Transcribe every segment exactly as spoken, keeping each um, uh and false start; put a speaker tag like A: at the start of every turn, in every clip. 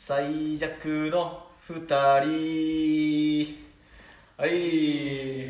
A: 最弱のふたり。はい、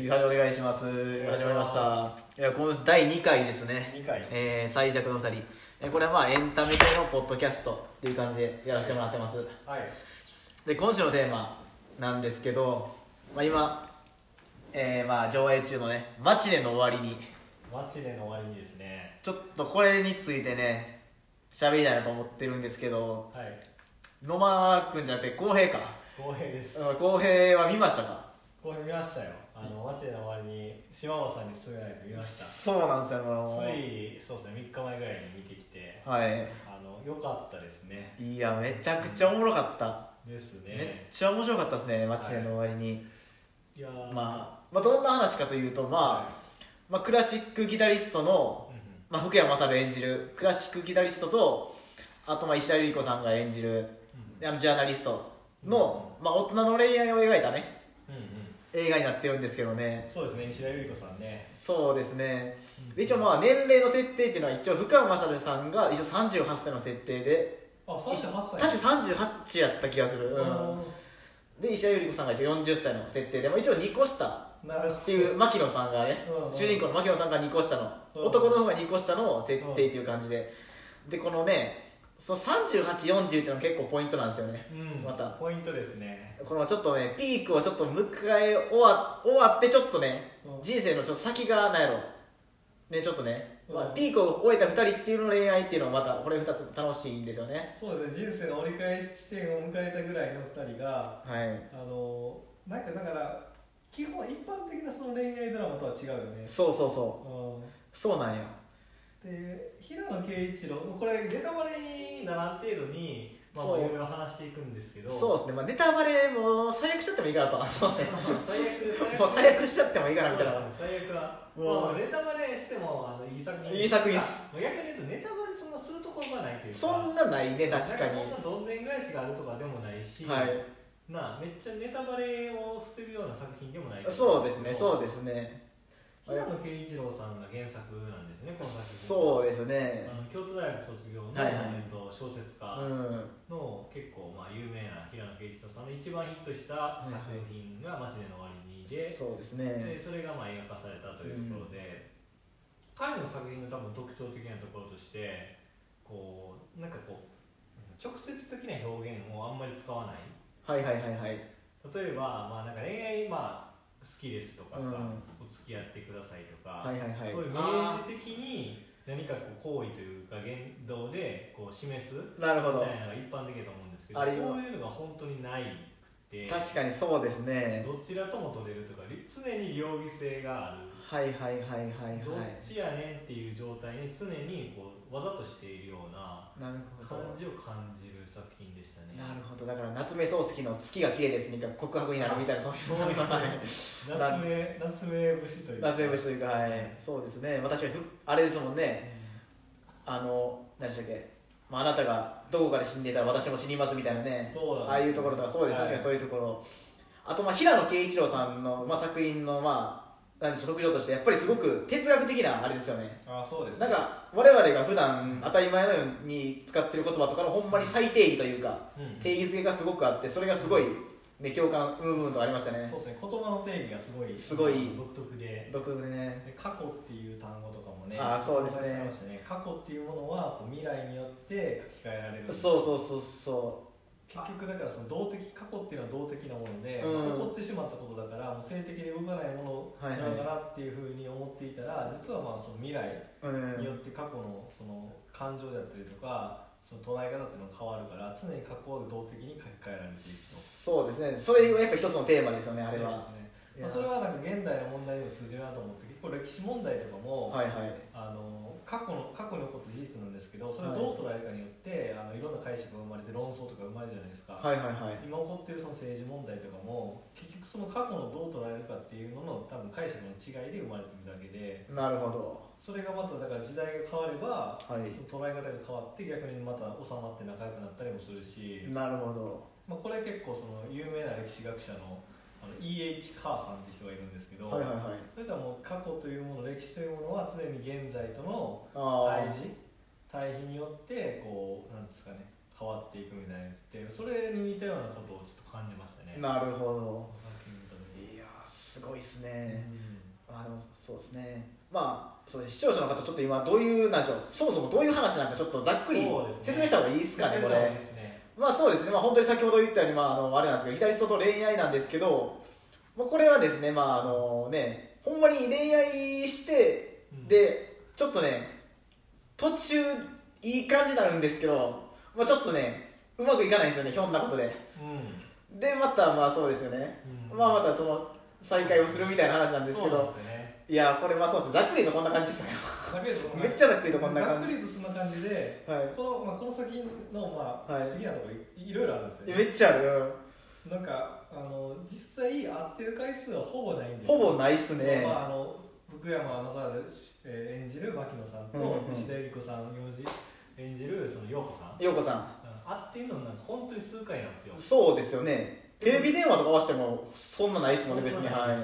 A: はい、お願いします。始まりました。いや、このだいにかいですね。
B: にかい、
A: えー、最弱のふたり。これはまあエンタメ系のポッドキャストっていう感じでやらせてもらってます。
B: はい、
A: で、今週のテーマなんですけど、まあ、今、えー、まあ上映中のね、マチネの終わりに
B: マチネの終わりにですね、
A: ちょっとこれについてね喋りたいなと思ってるんですけど、
B: はい、
A: 野間くんじゃなくて浩平か。
B: 浩平です。
A: 浩平は見ましたか？
B: 浩平見ましたよ。あのマチネの終わりに島尾さんに勧められて見ました。
A: そうなんですよ。
B: ついそうですね、みっかまえぐらいに見てきて、
A: はい、
B: あの良かったですね。
A: いや、めちゃくちゃおもろかった
B: ですね。
A: めっちゃ面白かったですね、マチネの終わりに。
B: いやー、
A: まあ、まあどんな話かというと、まあ、
B: はい、
A: まあ、クラシックギタリストの、
B: うんうん、
A: まあ、福山雅治演じるクラシックギタリストと、あとまあ石田ゆり子さんが演じる、うん、あのジャーナリストの、うん、まあ、大人の恋愛を描いたね、うんうん、映画になってるんですけどね。
B: そうですね、石田ゆり子さんね。
A: そうですね。で、一応まあ年齢の設定っていうのは、一応福山雅治さんが一応さんじゅうはっさいの設定で、
B: あ、さんじゅうはっさい、
A: 確かさんじゅうはちやった気がする、うん、で石田ゆり子さんが一応よんじゅっさいの設定で、まあ、一応にこ下っていう牧野さんがね、うんうん、主人公の牧野さんがにこ下の、うん、男の方がにこ下の設定っていう感じで、うん、でこのね、そのさんじゅうはち、よんじゅうっていうのが結構ポイントなんですよね、
B: うん、
A: また
B: ポイントですね。
A: このちょっとね、ピークをちょっと迎え終わ、終わってちょっとね、うん、人生のちょっと先がなんやろね、ちょっとね、うん、まあ、ピークを終えたふたりっていうの恋愛っていうのはまたこれふたつ楽しいんですよね。
B: そうですね、人生の折り返し地点を迎えたぐらいのふたりが、はい、あのなんかだから基本一般的なその恋愛ドラマとは違うよね。
A: そうそうそう、うん、そうなんよ。
B: で、平野啓一郎、これネタバレにならん程度に、まあ、いろいろ話していくんですけど、
A: そうですね、まあ、ネタバレも最悪しちゃってもいいかなと。そうですね
B: 最悪
A: もう最悪しちゃってもいいかなみたいな。
B: 最悪はもうネタバレしてもあのいい作品
A: いい作品です。
B: 逆に言うとネタバレそんなするところがないというか、
A: そんなないね、確かに。
B: そんなどんでん返しがあるとかでもないし、はい、なあめっちゃネタバレを防ぐような作品でもない。
A: そうですね、そうですね。
B: 平野啓一郎さんが原作なんですね、この作品。
A: そうですね。
B: あの京都大学卒業の、はいはい、小説家の、うん、結構まあ有名な平野啓一郎さんの一番ヒットした作品が「マチネの終わりに」で、
A: そうですね。
B: でそれがまあ映画化されたというところで、うん、彼の作品の多分特徴的なところとしてこうなんかこう直接的な表現をあんまり使わない。
A: はいはいはいはい。
B: 例えば、まあ、なんか恋愛、まあ、好きですとかさ、うん、お付き合ってくださいとか、
A: はいはいはい、
B: そういう明示的に何かこう行為というか言動でこう示すみたいなのが一般的だと思うんですけど、そういうのが本当にないくて、
A: 確かにそうですね。
B: どちらとも取れるとか常に両義性がある、
A: はいはいはいはいはい、
B: どっちやねんっていう状態に常にこうわざとしているような感じを感じる作品でしたね。
A: なるほど。だから夏目漱石の月が綺麗ですみたいな告白になるみたいな、そういうの
B: 夏目夏目節というか
A: 夏目節というか、はい、そうですね。まあ、確かにあれですもんね、うん、あの何でしたっけ、まあ、あなたがどこかで死んでいたら私も死にますみたいなね、ああいうところとか、そうです、はい、確かにそういうところ。あとまあ平野啓一郎さんの、まあ、作品のまあなんでしょう、特徴としてやっぱりすごく哲学的なあれですよね。
B: あ、そうですね。
A: なんか我々が普段当たり前のように使ってる言葉とかのほんまに再定義というか、うん、定義付けがすごくあって、それがすごい、ね、共感生む部分とありましたね。
B: そうですね、言葉の定義がすごい
A: すごい
B: 独特で、
A: 独特でね。
B: で過去っていう単語とかもね、
A: あ、そうですね。
B: 過去っていうものはこう未来によって書き換えられる。
A: そうそうそうそう。
B: 結局だからその動的、過去っていうのは動的なもので、うん、起こってしまったことだからもう性的で動かないものなのかなっていうふうに思っていたら、はいはい、実はまあその未来によって過去のその感情だったりとかその捉え方っていうのが変わるから、常に過去は動的に書き換えられていくと。
A: そうですね、それがやっぱ一つのテーマですよね、あれは。
B: まあ、それはなんか現代の問題にも通じるなと思って、結構歴史問題とかも、はいはい、あの過去の過去に起こった事実なんですけど、それをどう捉えるかによって、はい、あのいろんな解釈が生まれて論争とか生まれるじゃないですか、はいはいはい、今起こっているその政治問題とかも結局その過去のどう捉えるかっていうのの多分解釈の違いで生まれてるだけで、
A: なるほど。
B: それがまただから時代が変われば、はい、その捉え方が変わって逆にまた収まって仲良くなったりもするし。
A: なるほど。
B: まあ、これ結構その有名な歴史学者のあの イーエイチ カーさんって人がいるんですけど、はいはいはい、それとはもう過去というもの、歴史というものは常に現在との対峙対比によってこうなんですかね、 変わっていくみたいなってそれに似たようなことをちょっと感じましたね。
A: なるほど。いやすごいですね、うん、あのそうですね。まあそう視聴者の方ちょっと今どういうなんでしょう、そもそもどういう話なんかちょっとざっくり説明した方がいいですかね、これ。まあそうですね、まあ、本当に先ほど言ったように、まあ、あのあれなんですけど左外恋愛なんですけど、まあ、これはですね、まああのね、ほんまに恋愛して、うん、でちょっとね途中いい感じになるんですけど、まあ、ちょっとねうまくいかないんですよね、ひょんなことで、うん、でまたまあそうですよね、うん、まあまたその再会をするみたいな話なんですけど、ね、いやこれまあそうです、ざっくりとこんな感じですよねめっちゃざっくりとこんな感じ、
B: ざっくりとそんな感じで、はい、この、まあ、この先の、まあ、不思議なところ い, いろいろあるんですよね。
A: めっちゃある。
B: なんかあの実際会ってる回数はほぼないんです
A: ほぼないっすね。
B: まあ、あの福山雅治、えー、演じる牧野さんと、うんうん、石田ゆり子さん演じるその陽子さん
A: 陽子さん
B: 会ってるのなんか本当に数回なんですよ。
A: そうですよね。テレビ電話とか合わせてもそんなないですもんね、別に。はい、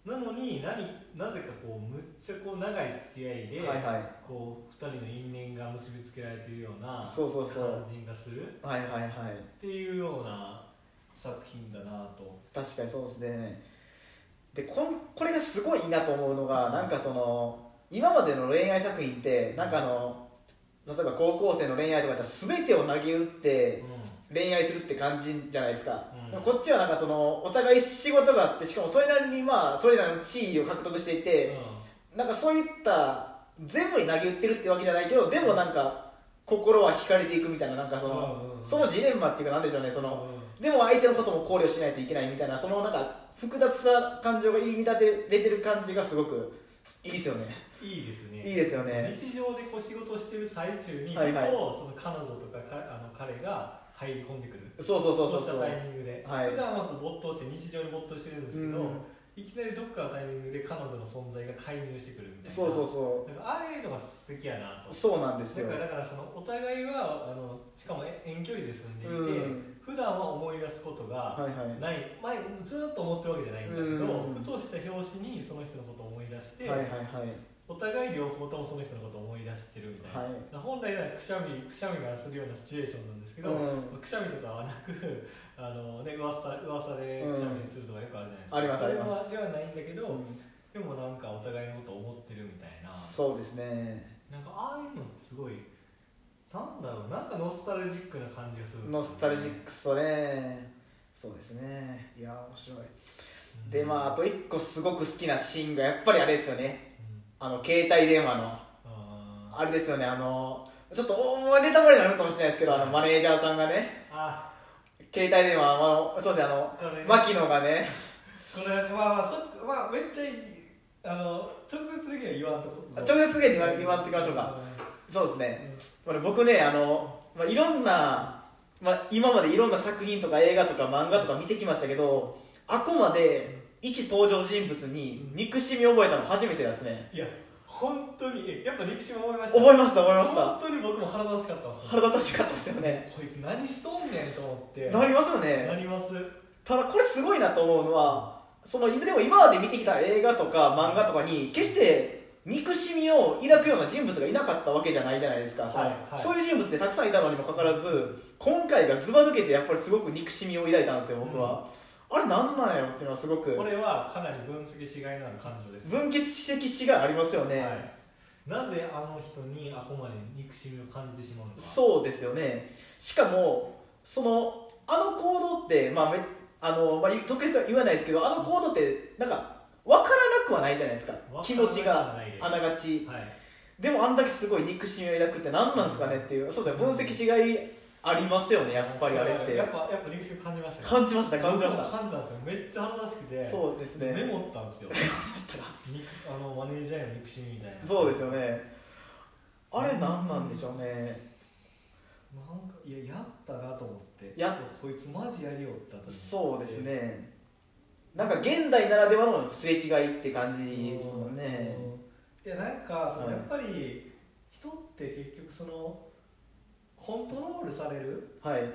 B: なのに何なぜかこうむっちゃこう長い付き合いで、はいはい、こうふたりの因縁が結びつけられているような感じがする
A: はいはいはい
B: っていうような作品だなと。
A: 確かにそうですね。で こ, これがすごいいいなと思うのが、なんかその今までの恋愛作品ってなんかあの例えば高校生の恋愛とかだったら全てを投げ打って恋愛するって感じじゃないですか、うん、でもこっちはなんかそのお互い仕事があって、しかもそれなりにまあそれらの地位を獲得していて、うん、なんかそういった全部に投げ打ってるってわけじゃないけど、でもなんか心は惹かれていくみたいな、なんかその、うん、そのジレンマっていうかなんでしょうね、その、うん、でも相手のことも考慮しないといけないみたいな、そのなんか複雑さ感情が入り乱れてる感じがすごくいいですよね。
B: いいですね。
A: いいですよね。
B: 日常でこう仕事をしてる最中に、はいはい、その彼女とかかあの彼が入り込んでくる。
A: そうそうそうそう。
B: そうしたタイミングで、はい、普段はこう没頭して日常に没頭してるんですけど、うん、いきなりどっかのタイミングで彼女の存在が介入してくるみたいな。
A: そうそうそう。
B: なんかああいうのが素敵やなと。
A: そうなんですよ。
B: だからだからそのお互いはあのしかも遠距離で住んでいて、うん、普段は思い出すことがない、はいはい、前ずっと思ってるわけじゃないんだけど、うん、ふとした拍子にその人のことを思い出して。はいはいはい、お互い両方ともその人のことを思い出してるみたいな、はい、本来ならくしゃみくしゃみがするようなシチュエーションなんですけど、うん、くしゃみとかはなくあの、ね、噂, 噂でくしゃみするとかよくあるじゃないですか、うん、ありますあります。それはではないんだけど、うん、でもなんかお互いのことを思ってるみたいな。
A: そうですね。
B: なんかああいうのってすごいなんだろう、なんかノスタルジックな感じがするんですよね。
A: ノスタルジックそうね。そうですね。いや面白い。うん、でまああと一個すごく好きなシーンがやっぱりあれですよね。あの携帯電話の あ, あれですよね。あのちょっとネタバレになるかもしれないですけど、あのマネージャーさんがね、あ携帯電話、あのそうですね、あの牧野がね、
B: これまあまあそまあめっちゃいい、あの直接的には言わんとこ
A: 直接的には言わんときましょうか。そうですね、うん、僕ねあの、まあ、いろんな、まあ、今までいろんな作品とか映画とか漫画とか見てきましたけど、あくまで一登場人物に憎しみを覚えたの初めてですね。
B: いや本当にやっぱ憎しみ覚えました。
A: 覚えました覚えました。
B: 本当に僕も腹立たしかったです。
A: 腹立たしかったですよね。
B: こいつ何しとんねんと思って
A: なりますよね。
B: なります。
A: ただこれすごいなと思うのは、そのでも今まで見てきた映画とか漫画とかに決して憎しみを抱くような人物がいなかったわけじゃないじゃないですか、はいはい、そういう人物ってたくさんいたのにもかかわらず、今回がズバ抜けてやっぱりすごく憎しみを抱いたんですよ僕は、うん、あれなんなんやろっていうのはすごく、
B: これはかなり分析しがいのある感情です。
A: 分析しがいありますよね、はい、
B: なぜあの人にあこまで憎しみを感じてしまうのか。
A: そうですよね。しかもそのあの行動って、まあめあのまあ、特別とは言わないですけど、あの行動ってなんか分からなくはないじゃないですか、気持ちがあながち、はい、でもあんだけすごい憎しみを抱くって何なんですかねっていう、そうですね、分析しがいありますよね、やっぱりあれって。
B: やっぱやっぱ憎しみ感じましたね。
A: 感じました感じました。
B: 感じたんですよ。めっちゃ腹立しくて。そうですね。メモったんですよ。メモましたか。あのマネージャーへの憎しみみたいな。
A: そうですよね。あれ何なんでしょうね。
B: なんかいややったなと思って。
A: や
B: こいつマジやりよったと思って。
A: そうですね。なんか現代ならではのすれ違いって感じですもんね。
B: いやなんかそのやっぱり人って結局そのコントロールされる、はい、うん、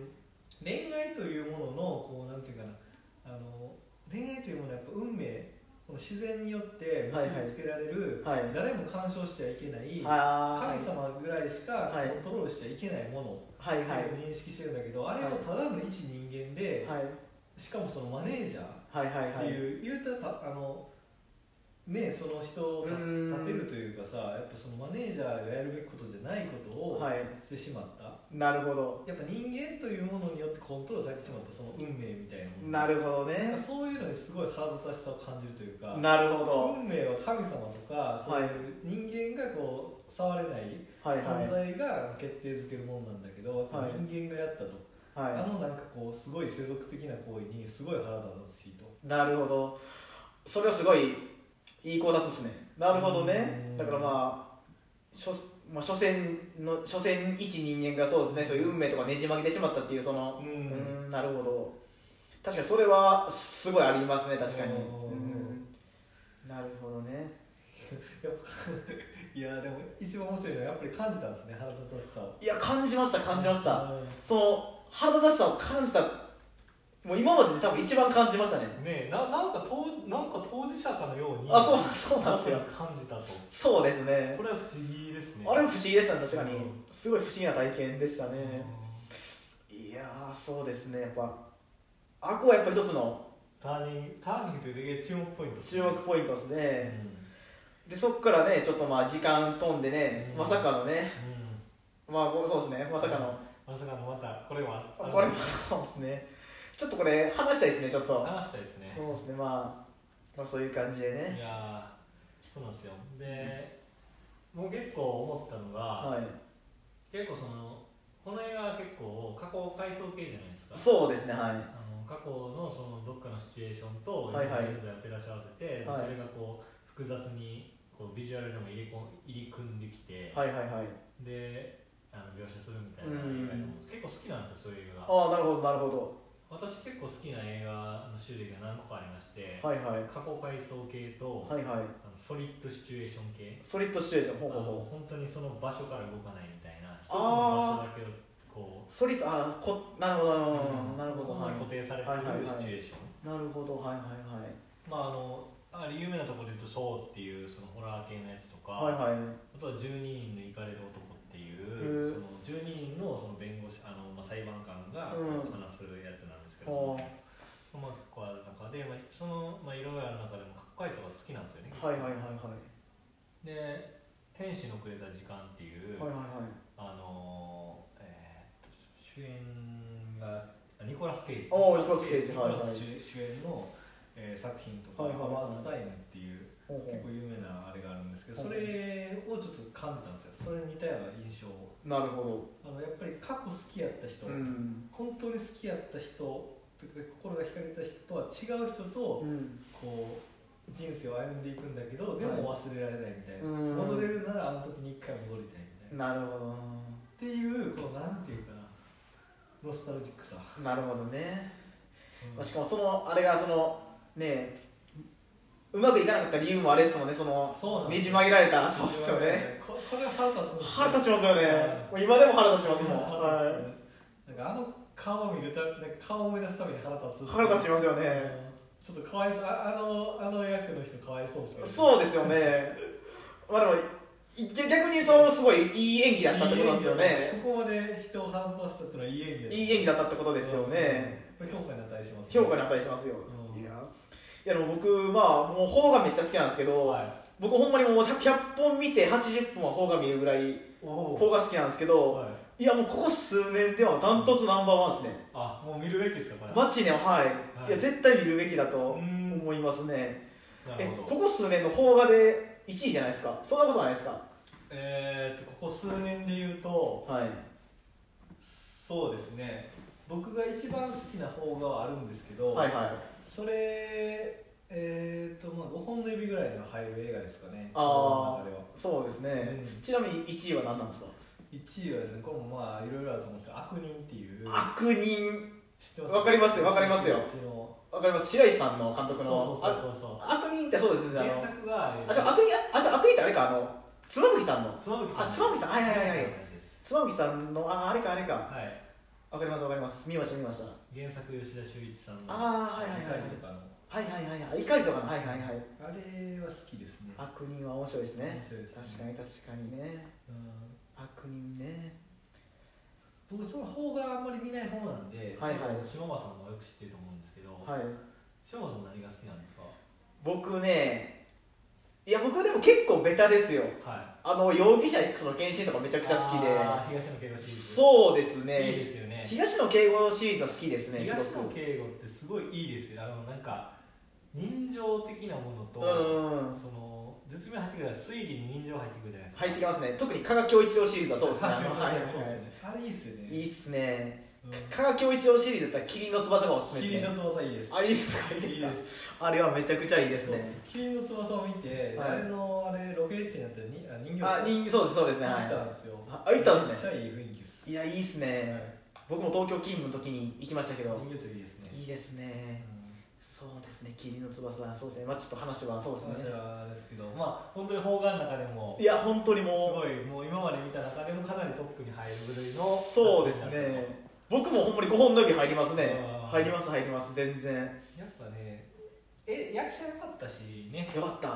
B: 恋愛というもののこうなんていうかな、あの恋愛というものはやっぱ運命この自然によって結びつけられる、
A: はいはい、
B: 誰も干渉しちゃいけない、
A: はい、
B: 神様ぐらいしかコントロールしちゃいけないものを認識してるんだけど、はいはい、あれをただの一人間で、はい、しかもそのマネージャーっていう、言うたらあのね、その人を立てるというかさ、やっぱそのマネージャーがやるべきことじゃないことをしてしまった、はい、
A: なるほど。
B: やっぱ人間というものによってコントロールされてしまったその運命みたいなもの、
A: なるほどね、
B: そういうのにすごい腹立たしさを感じるというか、
A: なるほど、
B: 運命は神様とかそういう人間がこう触れない存在が決定づけるものなんだけど、はいはい、人間がやったと、はい、あのなんかこうすごい世俗的な行為にすごい腹立つしと。
A: なるほど、それはすごいいい考察ですね。なるほどね。だからまあ所、まあ、所詮の所詮一人間がそうですね、そういう運命とかねじ曲げてしまったっていうその、うん、うん、なるほど。確かにそれはすごいありますね、確かに。うん、なるほどね。
B: やっぱいやでも一番面白いのはやっぱり感じたんですね、腹立たしさを。
A: いや感じました感じました。その腹立たしさを感じた。もう今までで多分一番感じましたね。
B: ねえ、な、なんか当なんか当事者かのように、
A: あ、そうそうなんですよ。
B: 感じたと。
A: そうですね。
B: これは不思議ですね。
A: あれは不思議でしたね、確かに。すごい不思議な体験でしたね。いやー、そうですね。やっぱあこはやっぱ一つの
B: ターニングターニングという注目ポイントです
A: ね。注目ポイントですね。うん、でそこからね、ちょっとまあ時間飛んでね、うん、まさかのね、うん、まあそうですね、まさかの、
B: まさかのまたこれは
A: これもそうですね。ちょっとこれ話したいですね、ちょっと
B: 話したいですね。
A: そうですね、まあ、まあそういう感じでね。
B: いやそうなんですよ。で、もう結構思ったのが、はい、結構そのこの映画は結構過去回想系じゃないですか。
A: そうですね、はい。
B: あの過去のそのどっかのシチュエーションと現在を照らし合わせて、はいはい、それがこう複雑にこうビジュアルでも入りこ入り組んできて、
A: はいはいはい、
B: であの描写するみたいな映画でも結構好きなんですよ、そういう映画が。
A: ああ、なるほどなるほど。
B: 私結構好きな映画の種類が何個かありまして、
A: はいはい、
B: 過去回想系と、
A: はいはい、
B: あのソリッドシチュエーション系。
A: ソリッドシチュエーション、ほうほうほう。
B: 本当にその場所から動かないみたいな、一つの場所だけをこう
A: ソリッド、あこなるほど、うん、なるほど、
B: はい、固定されているシチュエーション、
A: はいはいはい、なるほど、はいはいはい。
B: まああのあれ有名なところで言うと「ソー」っていうそのホラー系のやつとか、
A: はいはい、
B: あとはじゅうににんのイカれる男っていうそのじゅうににんのその弁護士あの、まあ、裁判官が話すやつなんですけど、うん、まあ結構ある中で、まあ、そのまあいろいろある中でも過去回想が好きなんですよね。
A: はいはいはいはい。
B: で「天使のくれた時間」っていう、
A: はいはいはい、
B: あのえー、っと主演がニコラス・ケイジ、
A: ニコラス・ケイジ、
B: ニコラス主演の、えー、作品とか、はいはいはい、アワーズタイムっていう、はいはい、結構有名なあれがあるんですけど、それをちょっと感じたんですよ。それに似たような印象を。
A: なるほ
B: ど。あのやっぱり過去好きやった人、うん、本当に好きやった人とか心が惹かれた人とは違う人と、うん、こう人生を歩んでいくんだけど、でも忘れられないみたいな、はい、戻れるならあの時に一回戻りたいみたいな。
A: なるほど。
B: っていうこのなんていうかな、ノスタルジックさ。
A: なるほどね。うん、しかもそのあれがそのねうまくいかなかった理由もあれですもんね、そのねじ曲げられた。そうですよね。
B: こ, これは腹立つ。
A: 腹立ちますよね。はい、今でも腹立ちますもん。
B: はい。なんかあの顔を見るた、なんか顔を思い出すために腹立つ。
A: 腹立ちますよね。
B: ちょっとかわいそう、あのあの役の人かわいそうですよね。
A: そうですよね。まあでも逆に言うとすごいいい演技だったってことなんですよね。
B: ここまで人を腹立たせたってのはいい演技だった。
A: いい演技だったってことですよね。
B: うん、評価に値します、ね。
A: 評価に値しますよ。うん、いや。いやでも僕まあもう邦画めっちゃ好きなんですけど、はい、僕ほんまにもうひゃっぽん見てはちじゅっぷんは邦画見るぐらい邦画好きなんですけど、はい、いやもうここ数年ではダントツナンバーワンですね。
B: あ、もう見るべきですかこれ。
A: マチネははい、はい、いや絶対見るべきだと思いますね。えここ数年の邦画でいちいじゃないですか。そんなことないですか。
B: えー、とここ数年で言うと、はい、そうですね、僕が一番好きな邦画はあるんですけど、はいはい、それ、えーとまあ、ごほんの指ぐらいの入る映画ですかね。
A: ああ、そうですね、うん、ちなみにいちいは何なんですか。
B: いちいはですね、これもまあいろいろあると思うんですけど、悪人っていう。
A: 悪人知ってますか。わかりますよ、わかりますよ。わかります。白石さんの監督の。そうそうそうそう。悪人ってそうですね。
B: 原作が
A: あ、じゃ悪人、あ、じゃ悪人ってあれか、あの妻夫木さんの。
B: 妻夫木さん。
A: あ、妻夫木さん、はいはいはいはい。妻夫木さんの、あ、あれかあれか。はい。わかりますわかります。見ました見ました。
B: 原作吉田修一さんの。
A: ああ、はいはいはい。
B: とかの
A: はいはいはいはい、怒りとかの、はいはいはい、
B: あれは好きですね。
A: 悪人は面白いですね。
B: 面白いですね。
A: 確かに確かにね、うん、悪人ね。
B: 僕その方があんまり見ない方なんで、
A: はいはい、
B: 島間さんもよく知ってると思うんですけど、
A: はい、
B: 島間さん何が好きなんですか？
A: 僕ね、いや僕でも結構ベタですよ、はい、あの容疑者 X の検診とかめちゃくちゃ好きで、
B: あ東野圭吾シリーズ、
A: そうですね、
B: いいですよね。
A: 東野圭吾シリーズは好きですね。
B: 東野圭吾ってすごいいいですよ。あのなんか人情的なものと、
A: うん、
B: その絶妙に入ってくる推理に人情入ってくるじゃないですか。
A: 入ってきますね。特に加賀恭一郎シリーズはそうですね。
B: あれいいっすよね。
A: いいっすね。加賀恭一郎シリーズだったらキリンの翼がおすすめですね。
B: キリンの翼いいです。
A: あ、いいですか、いいですか。あれはめちゃくちゃいいですね。
B: キリンの翼を見て、あれのあれロケ地になってる人形、
A: あ、人そうですそうですね。
B: 行ったんですよ。
A: あ、行ったんですね。
B: めっちゃいい雰囲気です。
A: いや、いいっすね。僕も東京勤務の時に行きましたけど。
B: 人形といいですね。
A: いいですね。そうですね、キリンの翼、そうですね、まあちょっと話はそうですね。
B: 話はですけど、まあ本当に邦画の中でも、
A: いや本当にもう
B: すごいもう今まで見た中でもかなりトップに入る部類の。
A: そうですね。僕もほんまにごほんの指入りますね。入ります入ります全然。
B: やっぱね、え役者良かったしね。
A: 良かった。うん、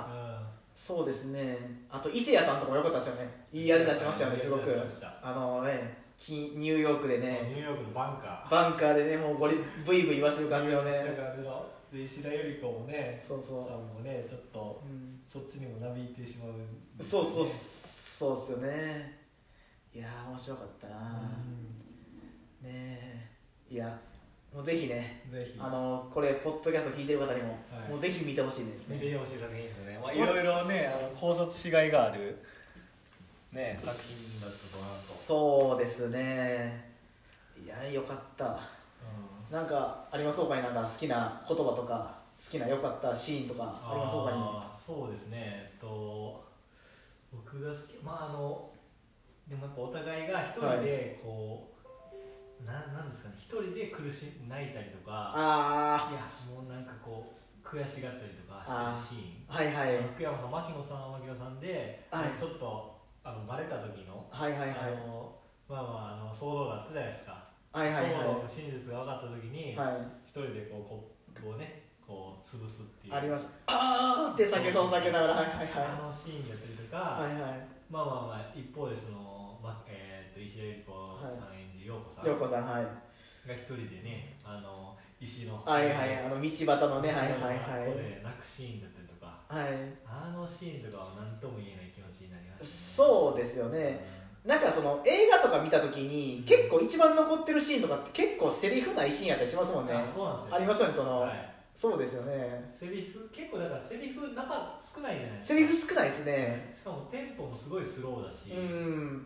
A: そうですね。あと伊勢谷さんとかも良かったですよね。いい味出しましたよねすごく。あのね。ニューヨークでね、
B: ニューヨークのバンカー
A: バンカーでね、もうゴリブイブイ言わせる感じのね、
B: で石田ゆり子もね、
A: そうそう
B: さんもね、ちょっと、うん、そっちにもなびいてしまう、ね、
A: そうそうそうっすよね。いやー面白かったな、うん、ねえ、いやもうぜひね、
B: ぜひ
A: あのこれポッドキャスト聞いてる方にも、はい、もうぜひ見てほしいですね。
B: 見てほしい作品ですね。まあいろいろね、あの考察しがいがある。ね、作品だったとなと。
A: そうですね。いやよかった、うん、なんかありますかに、なんか好きな言葉とか好きな良かったシーンとかありますかに。
B: そうですね、えっと僕が好き、まああのでもやっぱお互いが一人でこう、はい、ななんですかね、一人で苦し泣いたりとか、あいやもうなんかこう悔しがったりとかしてるシーン、はいはい、福山さん、牧野さんは牧野さんで、はい、ちょっとあのバレた時の、はいはいはい、あのまあまああの騒動があったじゃないですか。はいはいはい、騒動の真実が分かった時に、はい、一人でこうコップをねこう潰すっていう
A: ありました。あーって酒そう酒ながら、はいはいはい、
B: あのシーンだったりとか、はいはい、まあまあまあ一方でその、まえー、っと石田ゆり子さん演じ陽子さん、
A: 陽子さん、はい、
B: が一人でね、あの石の
A: はいはい、あの道端のね、はいはいはい、
B: ここで泣くシーンだったりとか、はい、あのシーンとかは何とも言えない気持ちになりましたね。
A: そうですよね、うん、なんかその映画とか見た時に、うん、結構一番残ってるシーンとかって結構セリフないシーンやったりしますもんね。
B: あ、そうなんですよ。
A: ありますよね、その、はい、そうですよね。
B: セリフ結構だからセリフなんか少ないじゃないですか。
A: セリフ少ないですね。
B: しかもテンポもすごいスローだし、うん、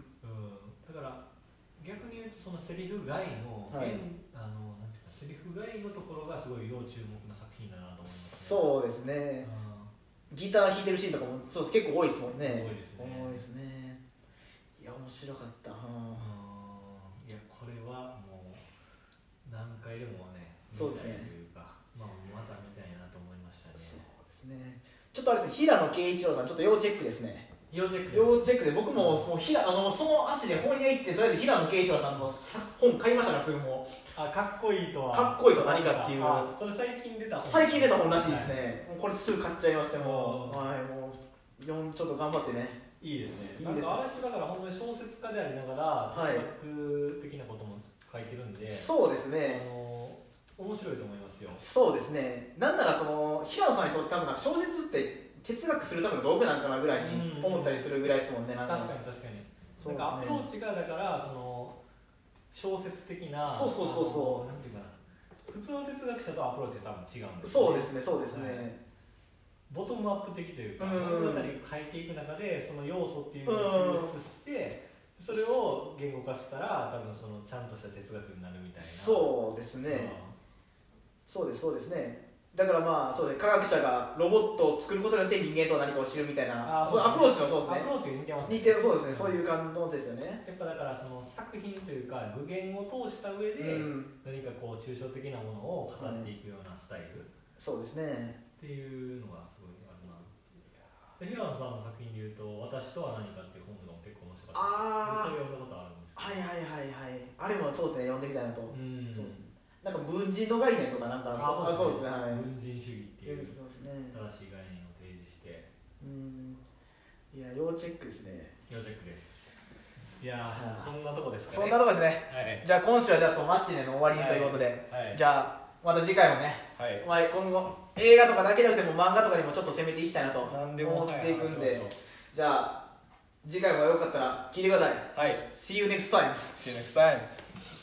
B: うん、だから逆に言うとそのセリフ外の、はい、あのなんていうかセリフ外のところがすごい要注目な作品だなと思います、ね。そうですね。うん、ギター弾いてるシーンとかもそう結構多いですもんね。多いですね。多いですね。いや面白かった。うん、いやこれはもう何回でもね、そうですね。というか、まあまた見たいなと思いましたね。そうですね。ちょっとあれですね、平野啓一郎さんちょっと要チェックですね。要チェック要チェックで僕も、もうひらあのその足で本屋行ってとりあえず平野啓一郎さんの本買いましたからすぐもう。あ、かっこいいとはかっこいいと何かっていう。あ、それ最近出た本。最近出た本らしいですね。はい、もうこれすぐ買っちゃいましてもう、はい、もうよんちょっと頑張ってね。いいですね。いいですね。なんかあの人だから本当に小説家でありながら哲学的なことも書いてるんで、そうですね。あの面白いと思いますよ。そうですね。なんならその平野さんにとって多分なんか小説って哲学するための道具なんかなぐらいに思ったりするぐらいですもんね。なんか確かに確かに。なんかアプローチがだからその小説的な、そうそうそうそう、なんていうかな、普通の哲学者とアプローチが多分違うんです、ね。そうですねそうですね。はい、ボトムアップ的というか、物語を変えていく中でその要素っていうのを抽出して、それを言語化したら多分そのちゃんとした哲学になるみたいな。そうですね。うん、そうですそうですね。だからまあそうですね、科学者がロボットを作ることによって人間とは何かを知るみたいな、あそうアプローチのそうですね。アプローチが似てますね。似てるそうですね、そういう感動ですよね。やっぱだからその作品というか具現を通した上で、何かこう抽象的なものを語っていくようなスタイル、うん、そうですねっていうのがすごいあるな。平野さんの作品でいうと「私とは何か」っていう本とかも結構面白かったです。ああ、それ読んだことあるんですけど。はいはいはいはい。あれもそうですね、読んでみたいなと。うん、そうですね。
A: なんか文人の概念とかなんか
B: あ
A: そうですね、はい、
B: 文人主義っていう
A: そうですね、
B: 正しい概念を提示して、
A: うん、いや要チェックですね。
B: 要チェックです。いやそんなとこですかね。
A: そんなとこですね、はい、じゃあ今週はじゃあとマッチネの終わりにということで、はいはい、じゃあまた次回もね、はい、まあ、今後映画とかだけじゃなくても漫画とかにもちょっと攻めていきたいなと思っていくんで、はい、じゃあ次回もよかったら聞いてください。はい、See you next time.
B: See you next time.